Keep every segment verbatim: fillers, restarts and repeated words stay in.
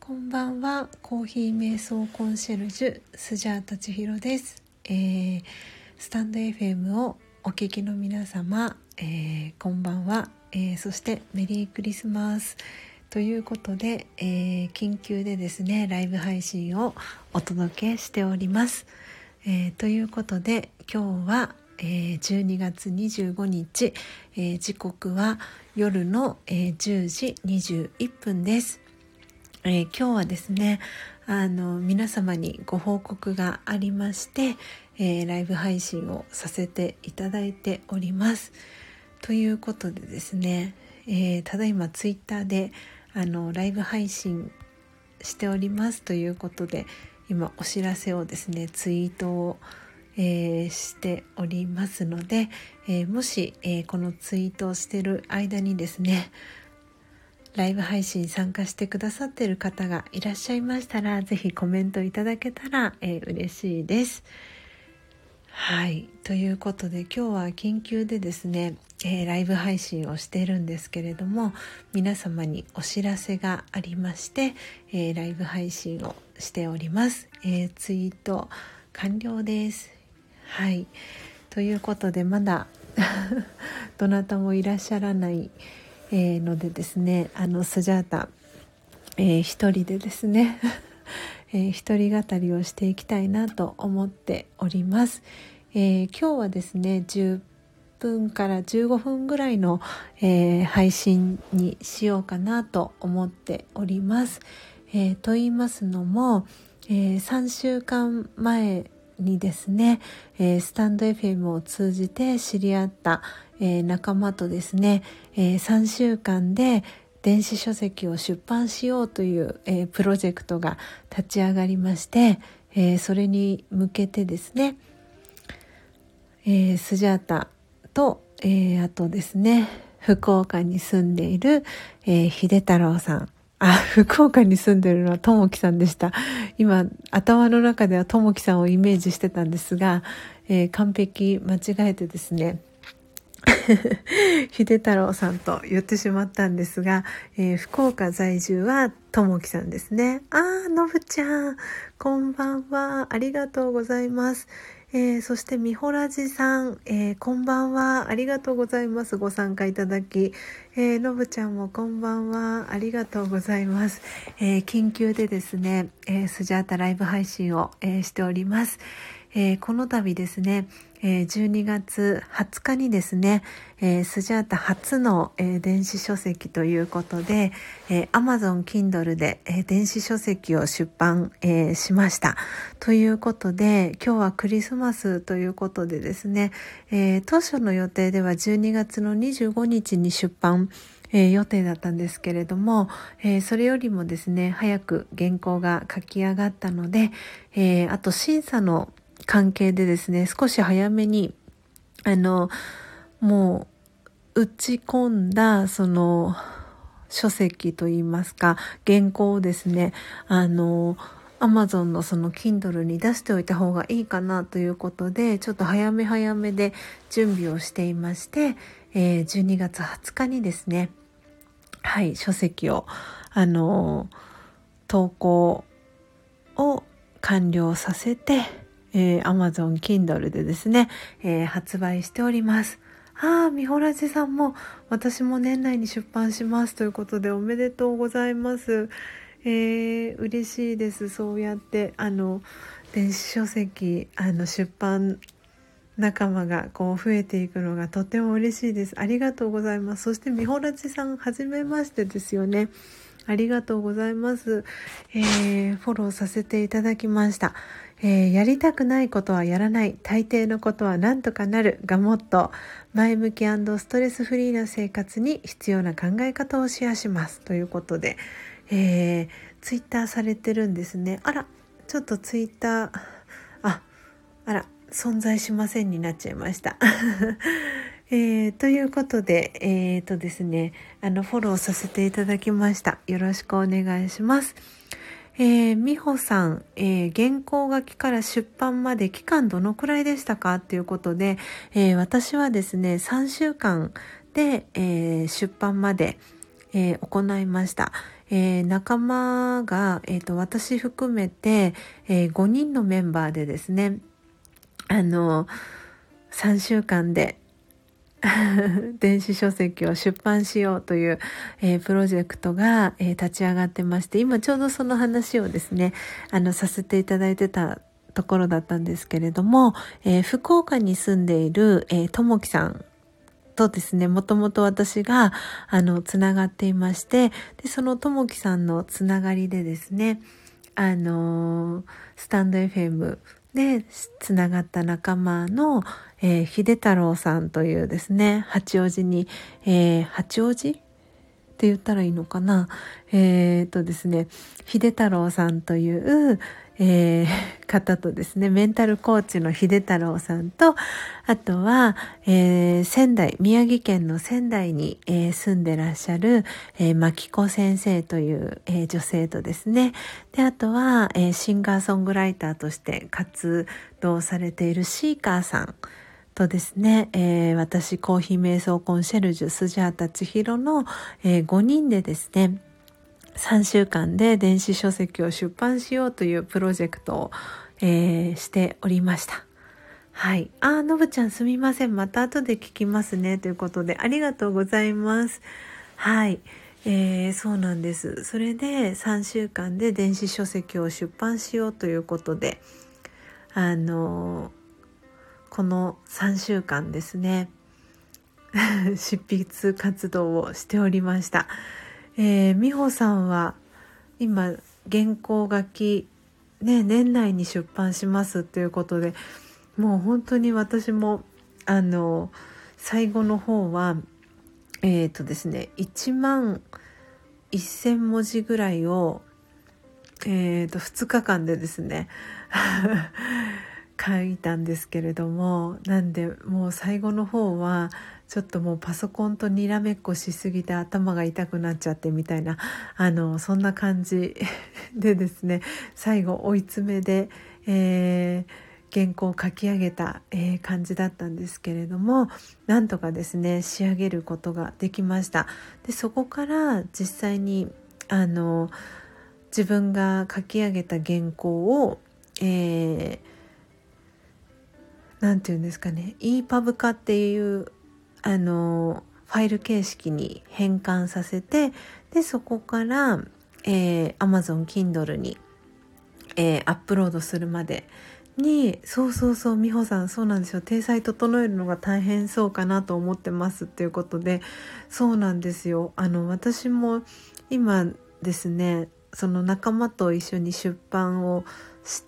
こんばんは。コーヒー瞑想コンシェルジュスジャータ千尋です、えー、スタンド エフエム をお聞きの皆様、えー、こんばんは、えー、そしてメリークリスマスということで、えー、緊急でですねライブ配信をお届けしております、えー、ということで今日はえー、じゅうにがつにじゅうごにち、えー、時刻は夜の、えー、じゅうじにじゅういっぷんです。えー、今日はですねあの皆様にご報告がありまして、えー、ライブ配信をさせていただいております。ということでですね、えー、ただいまツイッターであのライブ配信しておりますということで今お知らせをですねツイートをえー、しておりますので、えー、もし、えー、このツイートをしている間にですねライブ配信参加してくださっている方がいらっしゃいましたらぜひコメントいただけたら、えー、嬉しいです。はいということで今日は緊急でですね、えー、ライブ配信をしているんですけれども皆様にお知らせがありまして、えー、ライブ配信をしております、えー、ツイート完了です。はいということでまだどなたもいらっしゃらない、えー、のでですねあのスジャータ、えー、一人でですね、えー、一人語りをしていきたいなと思っております、えー、今日はですねじゅっぷんからじゅうごふんぐらいの、えー、配信にしようかなと思っております、えー、と言いますのも、えー、さんしゅうかんまえにですね、えー、スタンド エフエム を通じて知り合った、えー、仲間とですね、えー、さんしゅうかんで電子書籍を出版しようという、えー、プロジェクトが立ち上がりまして、えー、それに向けてですね、えー、スジャータと、えー、あとですね福岡に住んでいる、えー、秀太郎さんあ、福岡に住んでるのはともきさんでした。今、頭の中ではともきさんをイメージしてたんですが、えー、完璧間違えてですね、秀太郎さんと言ってしまったんですが、えー、福岡在住はともきさんですね。あー、のぶちゃん、こんばんは。ありがとうございます。えー、そしてみほらじさん、えー、こんばんは。ありがとうございます。ご参加いただき。えー、のぶちゃんもこんばんは。ありがとうございます。えー、緊急でですね、えー、スジャータライブ配信を、えー、しております。えー、この度ですね、えー、じゅうにがつはつかにですね、えー、スジャータ初の、えー、電子書籍ということで、えー、Amazon Kindle で、えー、電子書籍を出版、えー、しました。ということで、今日はクリスマスということでですね、えー、当初の予定ではじゅうにがつのにじゅうごにちに出版えー、予定だったんですけれども、えー、それよりもですね早く原稿が書き上がったので、えー、あと審査の関係でですね少し早めにあのもう打ち込んだその書籍といいますか原稿をですねあのAmazon のその Kindle に出しておいた方がいいかなということでちょっと早め早めで準備をしていまして、えー、じゅうにがつはつかにですねはい書籍をあの投稿を完了させて、えー、Amazon Kindle でですね、えー、発売しております。ああ、みほらじさんも私も年内に出版しますということでおめでとうございます。えー、嬉しいです。そうやってあの電子書籍あの出版仲間がこう増えていくのがとても嬉しいです。ありがとうございます。そしてみほらじさんはじめましてですよね。ありがとうございます、えー、フォローさせていただきました、えー、やりたくないことはやらない、大抵のことはなんとかなるがモットー、前向き&ストレスフリーな生活に必要な考え方をシェアしますということで、えー、ツイッターされてるんですね。あらちょっとツイッターああら存在しませんになっちゃいましたえー、ということで、えーとですね、あのフォローさせていただきました。よろしくお願いします。えー、みほさん、えー、原稿書きから出版まで期間どのくらいでしたかということで、えー、私はですねさんしゅうかんで、えー、出版までえー、行いました。えー、仲間が、えーと、私含めて、えー、ごにんのメンバーでですね、あの、さんしゅうかんで電子書籍を出版しようという、えー、プロジェクトが、えー、立ち上がってまして、今ちょうどその話をですね、あの、させていただいてたところだったんですけれども、えー、福岡に住んでいる、えー、ともきさんとですね、もともと私が、あの、つながっていまして、で、そのともきさんのつながりでですね、あのー、スタンド エフエム でつながった仲間の、えー、秀太郎さんというですね、八王子に、えー、八王子って言ったらいいのかな、えー、とですね、秀太郎さんという、えー、方とですね、メンタルコーチの秀太郎さんと、あとは、えー、仙台、宮城県の仙台に、えー、住んでらっしゃる、えー、牧子先生という、えー、女性とですね、で、あとは、えー、シンガーソングライターとして活動されているシーカーさんとですね、えー、私、コーヒー瞑想コンシェルジュ、スジャータ千尋の、えー、ごにんでですね、さんしゅうかんで電子書籍を出版しようというプロジェクトを、えー、しておりました。はい。あー、のぶちゃんすみません。また後で聞きますね。ということで、ありがとうございます。はい。えー、そうなんです。それでさんしゅうかんで電子書籍を出版しようということで、あのー、このさんしゅうかんですね、執筆活動をしておりました。えー、美穂さんは今原稿書き、ね、年内に出版しますということで、もう本当に私もあの最後の方はえーとですねいちまんせん文字ぐらいを、えーとふつかかんでですね書いたんですけれども、なんでもう最後の方はちょっともうパソコンとにらめっこしすぎて頭が痛くなっちゃってみたいな、あのそんな感じでですね、最後追い詰めで、えー、原稿を書き上げた、えー、感じだったんですけれども、なんとかですね仕上げることができました。でそこから実際にあの自分が書き上げた原稿を、えーなんていうんですかね、イーパブ 化っていうあのファイル形式に変換させて、でそこから、えー、Amazon Kindle に、えー、アップロードするまでに、そうそうそう、美穂さんそうなんですよ、体裁整えるのが大変そうかなと思ってますっていうことで、そうなんですよ。あの私も今ですね、その仲間と一緒に出版をして、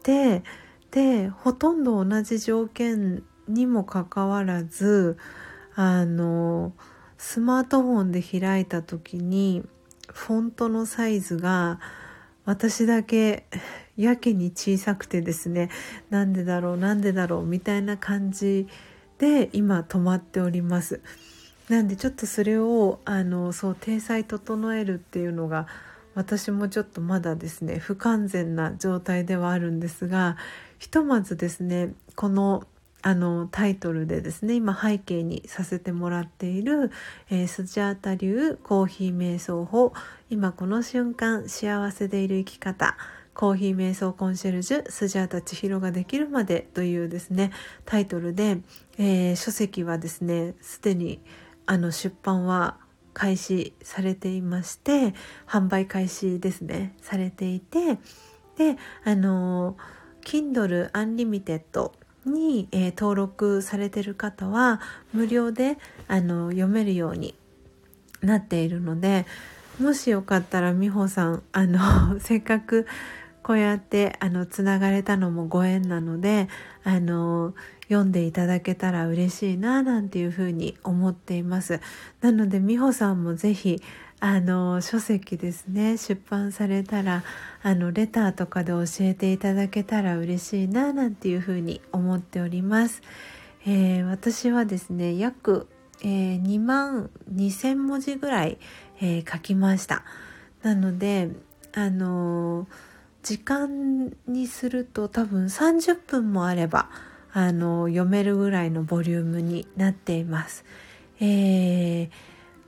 でほとんど同じ条件にもかかわらず、あのスマートフォンで開いた時にフォントのサイズが私だけやけに小さくてですね、なんでだろうなんでだろうみたいな感じで今止まっております。なんでちょっとそれをあのそう体裁整えるっていうのが私もちょっとまだですね不完全な状態ではあるんですが、ひとまずですねこのあのタイトルでですね今背景にさせてもらっている、えー、スジャータ流コーヒー瞑想法、今この瞬間幸せでいる生き方、コーヒー瞑想コンシェルジュスジャータ千尋ができるまでというですねタイトルで、えー、書籍はですねすでにあの出版は開始されていまして、販売開始ですねされていて、であの Kindle Unlimited に、えー、登録されている方は無料であの読めるようになっているので、もしよかったら美穂さんあのせっかくこうやってあのつながれたのもご縁なので、あの読んでいただけたら嬉しいななんていうふうに思っています。なので美穂さんもぜひあの書籍ですね出版されたらあのレターとかで教えていただけたら嬉しいななんていうふうに思っております。えー、私はですね約、えー、にまんにせん文字ぐらい、えー、書きました。なのであのー時間にすると多分さんじゅっぷんもあればあの読めるぐらいのボリュームになっています。えー、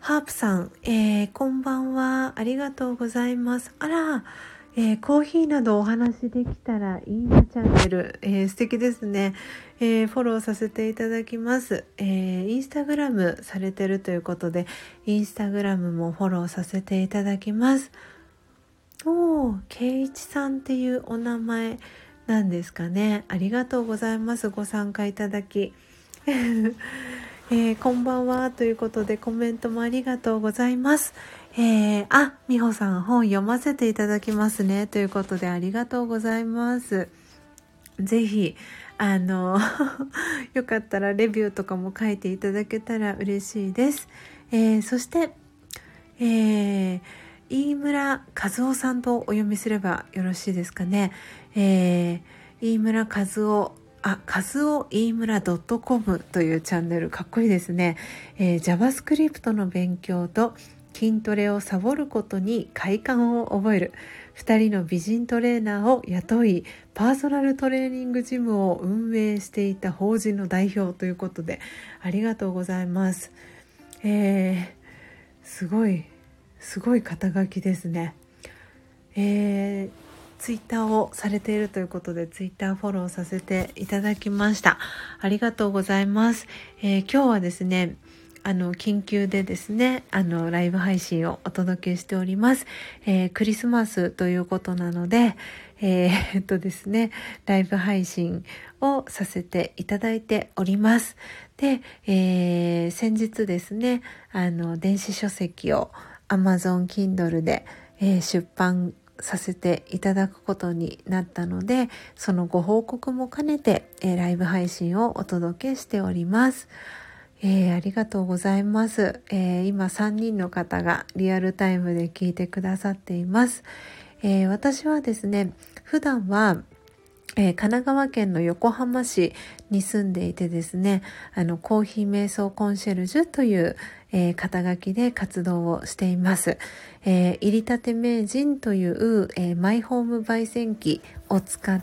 ハープさん、えー、こんばんは。ありがとうございます。あら、えー、コーヒーなどお話できたらいいなチャンネル、えー、素敵ですね、えー、フォローさせていただきます、えー、インスタグラムされてるということで、インスタグラムもフォローさせていただきます。おー、ケイイチさんっていうお名前なんですかね。ありがとうございます。ご参加いただき。えー、こんばんはということでコメントもありがとうございます。えー、あ、みほさん本読ませていただきますねということでありがとうございます。ぜひあのよかったらレビューとかも書いていただけたら嬉しいです。えー、そして、えー、飯村和夫さんとお読みすればよろしいですかね。えー、飯村和夫あ、カズオ飯村 .com というチャンネル、かっこいいですね。えー、JavaScript の勉強と筋トレをサボることに快感を覚えるふたりの美人トレーナーを雇い、パーソナルトレーニングジムを運営していた法人の代表ということで、ありがとうございます。えー、すごいすごい肩書きですね。えーツイッターをされているということで、ツイッターフォローさせていただきました。ありがとうございます。えー、今日はですね、あの緊急でですね、あのライブ配信をお届けしております。えー、クリスマスということなので、えー、っとですね、ライブ配信をさせていただいております。で、えー、先日ですね、あの電子書籍を Amazon Kindle で、えー、出版させていただくことになったので、そのご報告も兼ねて、えー、ライブ配信をお届けしております。えー、ありがとうございます。えー、今さんにんの方がリアルタイムで聞いてくださっています。えー、私はですね、普段はえー、神奈川県の横浜市に住んでいてですね、あのコーヒー瞑想コンシェルジュという、えー、肩書きで活動をしています。えー、入りたて名人という、えー、マイホーム焙煎機を使って、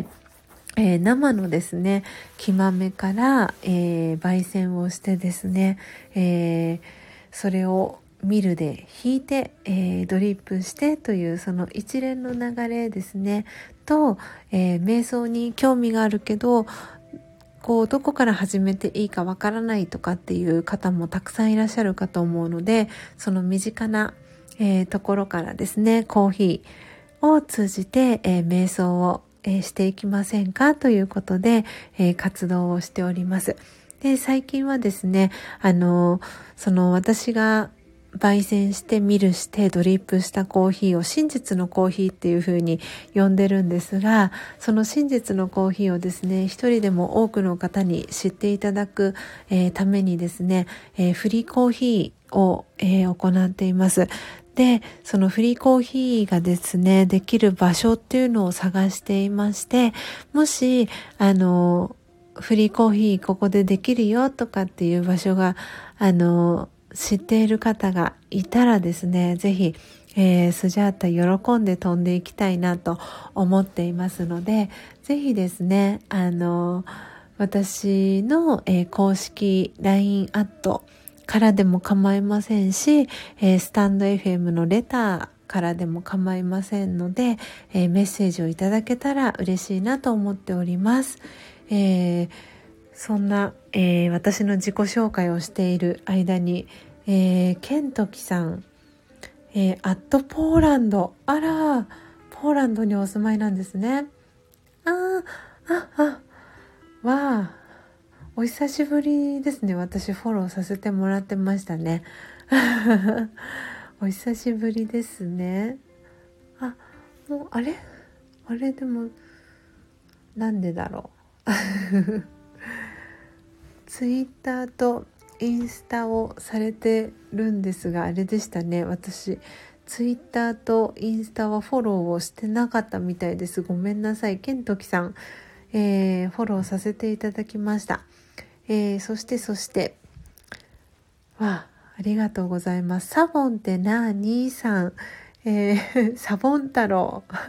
えー、生のですね木豆から、えー、焙煎をしてですね、えー、それをミルで引いて、えー、ドリップしてというその一連の流れですねと、えー、瞑想に興味があるけどこうどこから始めていいかわからないとかっていう方もたくさんいらっしゃるかと思うので、その身近な、えー、ところからですねコーヒーを通じて、えー、瞑想を、えー、していきませんかということで、えー、活動をしております。で、最近はですね、あのその私が焙煎してミルしてドリップしたコーヒーを真実のコーヒーっていう風に呼んでるんですが、その真実のコーヒーをですね一人でも多くの方に知っていただく、えー、ためにですね、えー、フリーコーヒーを、えー、行っています。で、そのフリーコーヒーがですねできる場所っていうのを探していまして、もしあのフリーコーヒーここでできるよとかっていう場所があの知っている方がいたらですね、ぜひ、えー、スジャータ喜んで飛んでいきたいなと思っていますので、ぜひですね、あの私の、えー、公式 ライン アットからでも構いませんし、えー、スタンド エフエム のレターからでも構いませんので、えー、メッセージをいただけたら嬉しいなと思っております。えーそんな、えー、私の自己紹介をしている間に、えー、ケントキさん、えー、アットポーランド、あら、ポーランドにお住まいなんですね。あー、あ、あ、わあ、お久しぶりですね。私フォローさせてもらってましたね。お久しぶりですね。あ、もう、あれあれでも、なんでだろう。ツイッターとインスタをされてるんですが、あれでしたね、私ツイッターとインスタはフォローをしてなかったみたいです。ごめんなさい。ケントキさん、えー、フォローさせていただきました。えー、そしてそしてわあ、ありがとうございます。サボンってなーにさん、えー、サボン太郎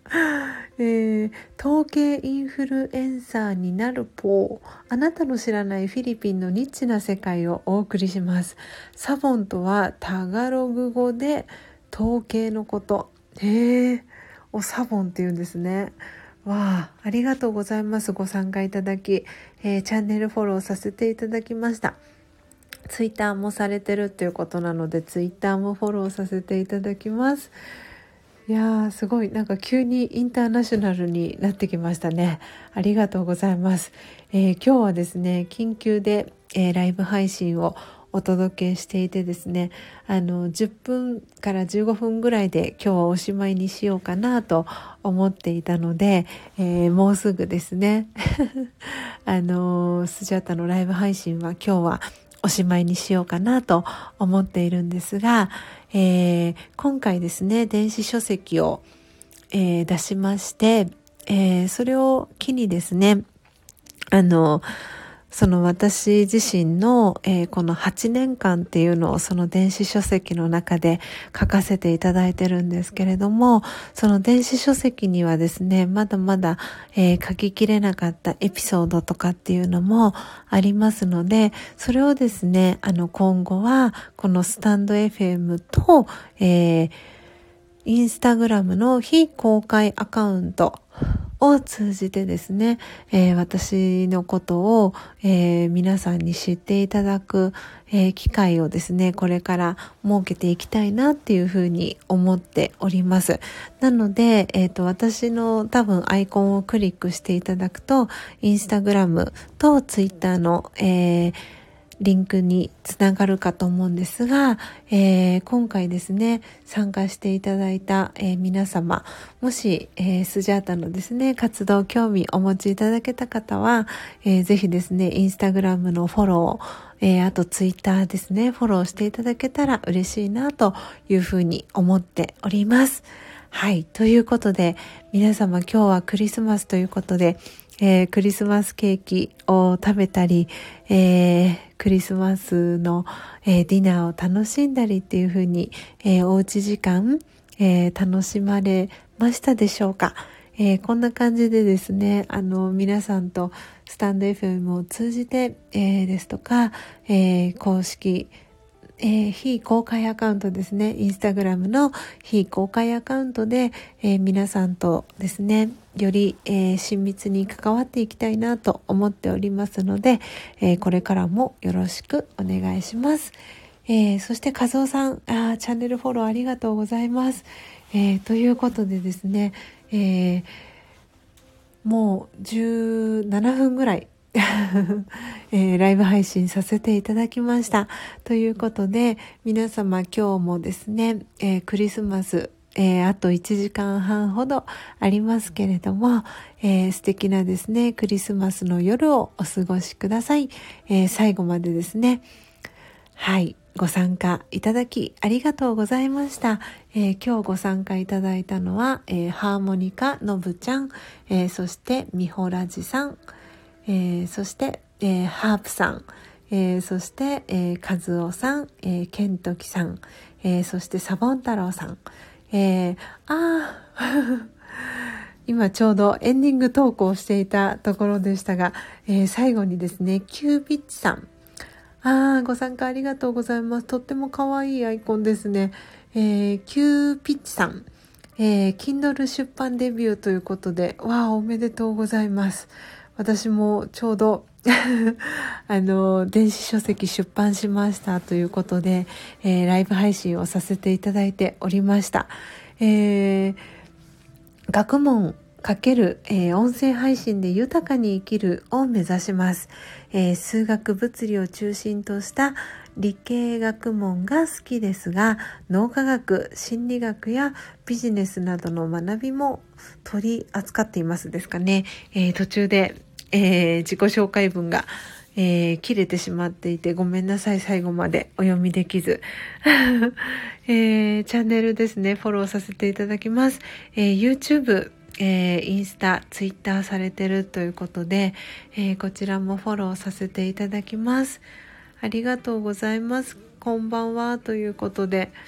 えー、統計インフルエンサーになるポー、あなたの知らないフィリピンのニッチな世界をお送りします。サボンとはタガログ語で統計のこと。へえ、おサボンって言うんですね。わあ、ありがとうございます。ご参加いただき、えー、チャンネルフォローさせていただきました。ツイッターもされてるっていうことなので、ツイッターもフォローさせていただきます。いやー、すごいなんか急にインターナショナルになってきましたね。ありがとうございます。えー、今日はですね、緊急で、えー、ライブ配信をお届けしていてですね、あのじゅっぷんからじゅうごふんぐらいで今日はおしまいにしようかなと思っていたので、えー、もうすぐですねあのスジャタのライブ配信は今日はおしまいにしようかなと思っているんですが、えー、今回ですね、電子書籍を、えー、出しまして、えー、それを機にですね、あのその私自身の、えー、このはちねんかんっていうのをその電子書籍の中で書かせていただいてるんですけれども、その電子書籍にはですね、まだまだ、えー、書ききれなかったエピソードとかっていうのもありますので、それをですね、あの今後はこのスタンド エフエム と、えー、インスタグラムの非公開アカウントを通じてですね、えー、私のことを、えー、皆さんに知っていただく、えー、機会をですね、これから設けていきたいなっていうふうに思っております。なので、えーと、私の多分アイコンをクリックしていただくと、インスタグラムとツイッターの、えーリンクにつながるかと思うんですが、えー、今回ですね、参加していただいた、えー、皆様、もし、えー、スジャータのですね、活動興味お持ちいただけた方は、えー、ぜひですね、インスタグラムのフォロー、えー、あとツイッターですね、フォローしていただけたら嬉しいなというふうに思っております。はい。ということで、皆様今日はクリスマスということで、えー、クリスマスケーキを食べたり、えー、クリスマスの、えー、ディナーを楽しんだりっていう風に、えー、おうち時間、えー、楽しまれましたでしょうか。えー、こんな感じでですね、あの皆さんとスタンド エフエム を通じて、えー、ですとか、えー、公式えー、非公開アカウントですね、インスタグラムの非公開アカウントで、えー、皆さんとですね、より、えー、親密に関わっていきたいなと思っておりますので、えー、これからもよろしくお願いします。えー、そして和夫さん、あ、チャンネルフォローありがとうございます。えー、ということでですね、えー、もうじゅうななふんぐらいえー、ライブ配信させていただきました。ということで、皆様今日もですね、えー、クリスマス、えー、あといちじかんはんほどありますけれども、えー、素敵なですね、クリスマスの夜をお過ごしください。えー、最後までですね、はい、ご参加いただきありがとうございました。えー、今日ご参加いただいたのは、えー、ハーモニカのぶちゃん、えー、そしてみほらじさん、えー、そして、えー、ハープさん、えー、そして、えー、カズオさん、えー、ケントキさん、えー、そしてサボン太郎さん、えー、あー今ちょうどエンディングトークをしていたところでしたが、えー、最後にですね、キューピッチさん、あー、ご参加ありがとうございます。とっても可愛いアイコンですね。えー、キューピッチさん、えー、Kindle 出版デビューということで、わー、おめでとうございます。私もちょうどあの電子書籍出版しましたということで、えー、ライブ配信をさせていただいておりました。えー、学問かける、えー、音声配信で豊かに生きるを目指します。えー、数学物理を中心とした理系学問が好きですが、脳科学、心理学やビジネスなどの学びも取り扱っていますですかね。えー、途中で、えー、自己紹介文が、えー、切れてしまっていてごめんなさい、最後までお読みできず、えー、チャンネルですね、フォローさせていただきます。えー、YouTube、えー、インスタ、ツイッターされてるということで、えー、こちらもフォローさせていただきます。ありがとうございます。こんばんはということで、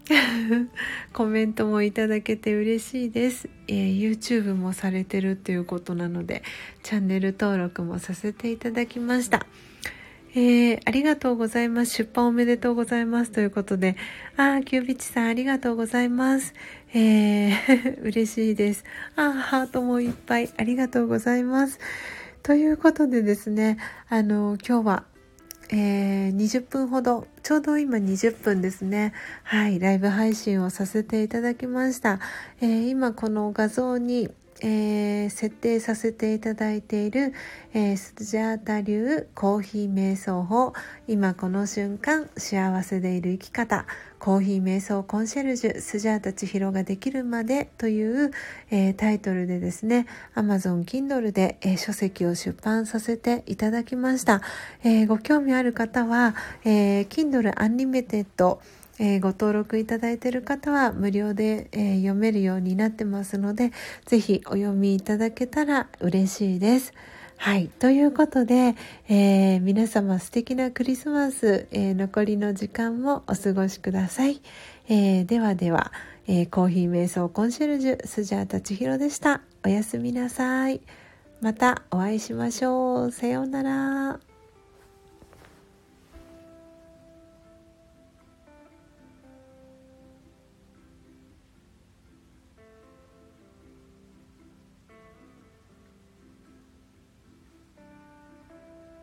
コメントもいただけて嬉しいです、えー、YouTube もされてるっていうことなのでチャンネル登録もさせていただきました。えー、ありがとうございます。出版おめでとうございますということで、あー、キュービッチさんありがとうございます。えー、嬉しいです。あー、ハートもいっぱいありがとうございます。ということでですね、あの今日は、えー、にじゅっぷんほど、ちょうど今にじゅっぷんですね。はい、ライブ配信をさせていただきました。えー、今この画像にえー、設定させていただいている、えー、スジャータ流コーヒー瞑想法、今この瞬間幸せでいる生き方、コーヒー瞑想コンシェルジュスジャータ千尋ができるまでという、えー、タイトルでですね Amazon Kindle で、えー、書籍を出版させていただきました。えー、ご興味ある方は、えー、Kindle Unlimitedえー、ご登録いただいている方は無料で、えー、読めるようになってますので、ぜひお読みいただけたら嬉しいです。はい。ということで、えー、皆様素敵なクリスマス、えー、残りの時間もお過ごしください。えー、ではでは、えー、コーヒー瞑想コンシェルジュスジャータ千尋でした。おやすみなさい。またお会いしましょう。さようなら。